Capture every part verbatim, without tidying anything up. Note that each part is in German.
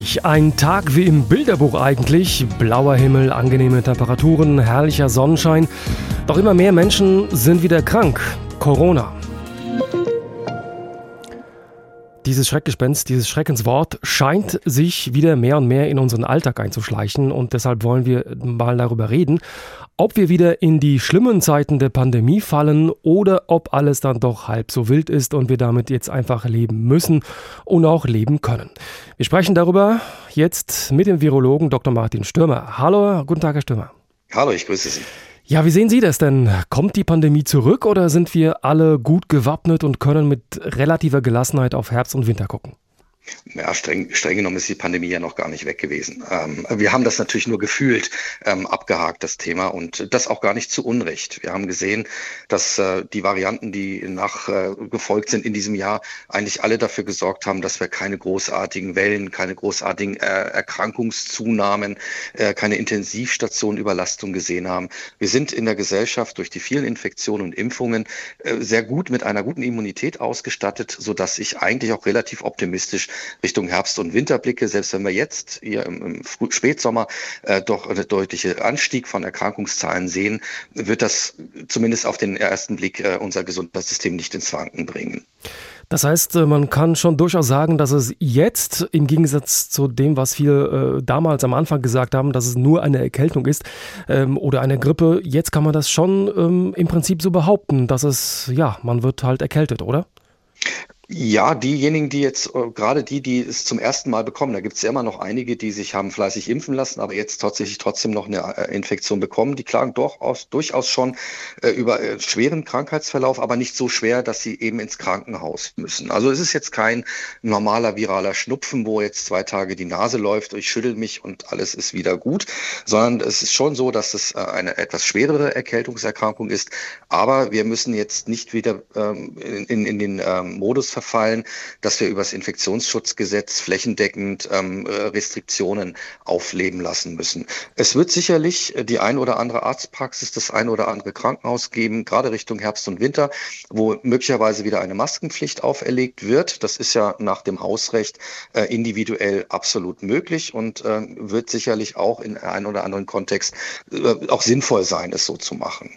Herrlich, ein Tag wie im Bilderbuch eigentlich. Blauer Himmel, angenehme Temperaturen, herrlicher Sonnenschein. Doch immer mehr Menschen sind wieder krank. Corona. Dieses Schreckgespenst, dieses Schreckenswort scheint sich wieder mehr und mehr in unseren Alltag einzuschleichen. Und deshalb wollen wir mal darüber reden, ob wir wieder in die schlimmen Zeiten der Pandemie fallen oder ob alles dann doch halb so wild ist und wir damit jetzt einfach leben müssen und auch leben können. Wir sprechen darüber jetzt mit dem Virologen Doktor Martin Stürmer. Hallo, guten Tag, Herr Stürmer. Hallo, ich grüße Sie. Ja, wie sehen Sie das denn? Kommt die Pandemie zurück oder sind wir alle gut gewappnet und können mit relativer Gelassenheit auf Herbst und Winter gucken? Ja, streng, streng genommen ist die Pandemie ja noch gar nicht weg gewesen. Ähm, wir haben das natürlich nur gefühlt ähm, abgehakt, das Thema, und das auch gar nicht zu Unrecht. Wir haben gesehen, dass äh, die Varianten, die nachgefolgt äh, sind in diesem Jahr, eigentlich alle dafür gesorgt haben, dass wir keine großartigen Wellen, keine großartigen äh, Erkrankungszunahmen, äh, keine Intensivstationenüberlastung gesehen haben. Wir sind in der Gesellschaft durch die vielen Infektionen und Impfungen äh, sehr gut mit einer guten Immunität ausgestattet, sodass ich eigentlich auch relativ optimistisch Richtung Herbst und Winter blicke, selbst wenn wir jetzt hier im, im Früh- Spätsommer äh, doch einen deutlichen Anstieg von Erkrankungszahlen sehen, wird das zumindest auf den ersten Blick äh, unser Gesundheitssystem nicht ins Wanken bringen. Das heißt, man kann schon durchaus sagen, dass es jetzt im Gegensatz zu dem, was viele äh, damals am Anfang gesagt haben, dass es nur eine Erkältung ist ähm, oder eine Grippe, jetzt kann man das schon ähm, im Prinzip so behaupten, dass es, ja, man wird halt erkältet, oder? Ja, diejenigen, die jetzt, äh, gerade die, die es zum ersten Mal bekommen, da gibt es ja immer noch einige, die sich haben fleißig impfen lassen, aber jetzt tatsächlich trotzdem noch eine äh, Infektion bekommen. Die klagen doch aus, durchaus schon äh, über äh, schweren Krankheitsverlauf, aber nicht so schwer, dass sie eben ins Krankenhaus müssen. Also es ist jetzt kein normaler viraler Schnupfen, wo jetzt zwei Tage die Nase läuft, ich schüttel mich und alles ist wieder gut, sondern es ist schon so, dass es äh, eine etwas schwerere Erkältungserkrankung ist. Aber wir müssen jetzt nicht wieder ähm, in, in, in den ähm, Modus verfallen, dass wir über das Infektionsschutzgesetz flächendeckend ähm, Restriktionen aufleben lassen müssen. Es wird sicherlich die ein oder andere Arztpraxis, das ein oder andere Krankenhaus geben, gerade Richtung Herbst und Winter, wo möglicherweise wieder eine Maskenpflicht auferlegt wird. Das ist ja nach dem Hausrecht äh, individuell absolut möglich und äh, wird sicherlich auch in einem oder anderen Kontext äh, auch sinnvoll sein, es so zu machen.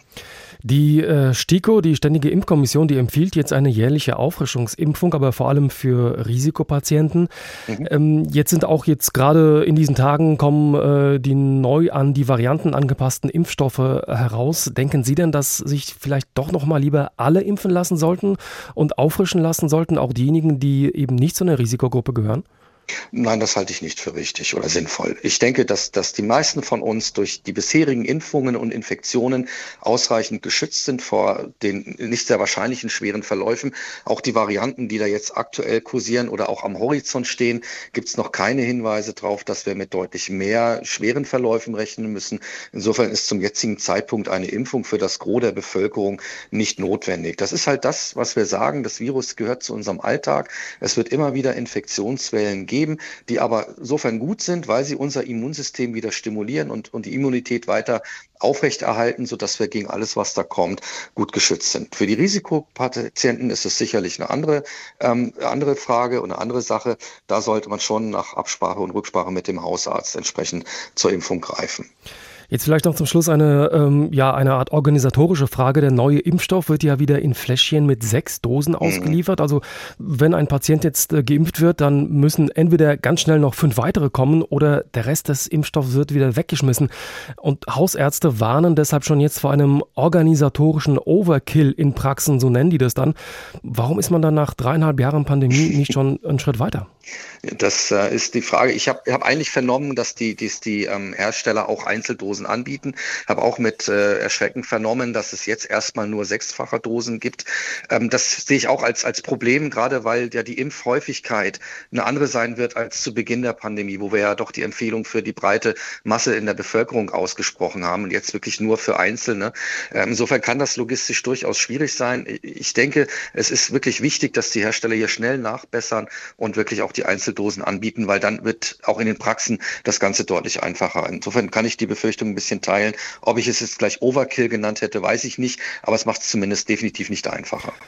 Die äh, STIKO, die Ständige Impfkommission, die empfiehlt jetzt eine jährliche Auffrischungsimpfung, aber vor allem für Risikopatienten. Mhm. Ähm, jetzt sind auch jetzt gerade in diesen Tagen kommen äh, die neu an die Varianten angepassten Impfstoffe heraus. Denken Sie denn, dass sich vielleicht doch noch mal lieber alle impfen lassen sollten und auffrischen lassen sollten, auch diejenigen, die eben nicht zu einer Risikogruppe gehören? Nein, das halte ich nicht für richtig oder sinnvoll. Ich denke, dass, dass die meisten von uns durch die bisherigen Impfungen und Infektionen ausreichend geschützt sind vor den nicht sehr wahrscheinlichen schweren Verläufen. Auch die Varianten, die da jetzt aktuell kursieren oder auch am Horizont stehen, gibt es noch keine Hinweise darauf, dass wir mit deutlich mehr schweren Verläufen rechnen müssen. Insofern ist zum jetzigen Zeitpunkt eine Impfung für das Gros der Bevölkerung nicht notwendig. Das ist halt das, was wir sagen. Das Virus gehört zu unserem Alltag. Es wird immer wieder Infektionswellen geben, die aber insofern gut sind, weil sie unser Immunsystem wieder stimulieren und, und die Immunität weiter aufrechterhalten, sodass wir gegen alles, was da kommt, gut geschützt sind. Für die Risikopatienten ist es sicherlich eine andere, ähm, andere Frage und eine andere Sache. Da sollte man schon nach Absprache und Rücksprache mit dem Hausarzt entsprechend zur Impfung greifen. Jetzt vielleicht noch zum Schluss eine, ähm, ja, eine Art organisatorische Frage. Der neue Impfstoff wird ja wieder in Fläschchen mit sechs Dosen ausgeliefert. Mhm. Also wenn ein Patient jetzt äh, geimpft wird, dann müssen entweder ganz schnell noch fünf weitere kommen oder der Rest des Impfstoffs wird wieder weggeschmissen. Und Hausärzte warnen deshalb schon jetzt vor einem organisatorischen Overkill in Praxen, so nennen die das dann. Warum ist man dann nach dreieinhalb Jahren Pandemie nicht schon einen Schritt weiter? Das äh, ist die Frage. Ich habe hab eigentlich vernommen, dass die, die, die ähm, Hersteller auch Einzeldosen anbieten. Habe auch mit äh, Erschrecken vernommen, dass es jetzt erstmal nur sechsfache Dosen gibt. Ähm, das sehe ich auch als, als Problem, gerade weil ja die Impfhäufigkeit eine andere sein wird als zu Beginn der Pandemie, wo wir ja doch die Empfehlung für die breite Masse in der Bevölkerung ausgesprochen haben und jetzt wirklich nur für Einzelne. Ähm, insofern kann das logistisch durchaus schwierig sein. Ich denke, es ist wirklich wichtig, dass die Hersteller hier schnell nachbessern und wirklich auch die Einzeldosen anbieten, weil dann wird auch in den Praxen das Ganze deutlich einfacher. Insofern kann ich die Befürchtung ein bisschen teilen. Ob ich es jetzt gleich Overkill genannt hätte, weiß ich nicht, aber es macht es zumindest definitiv nicht einfacher.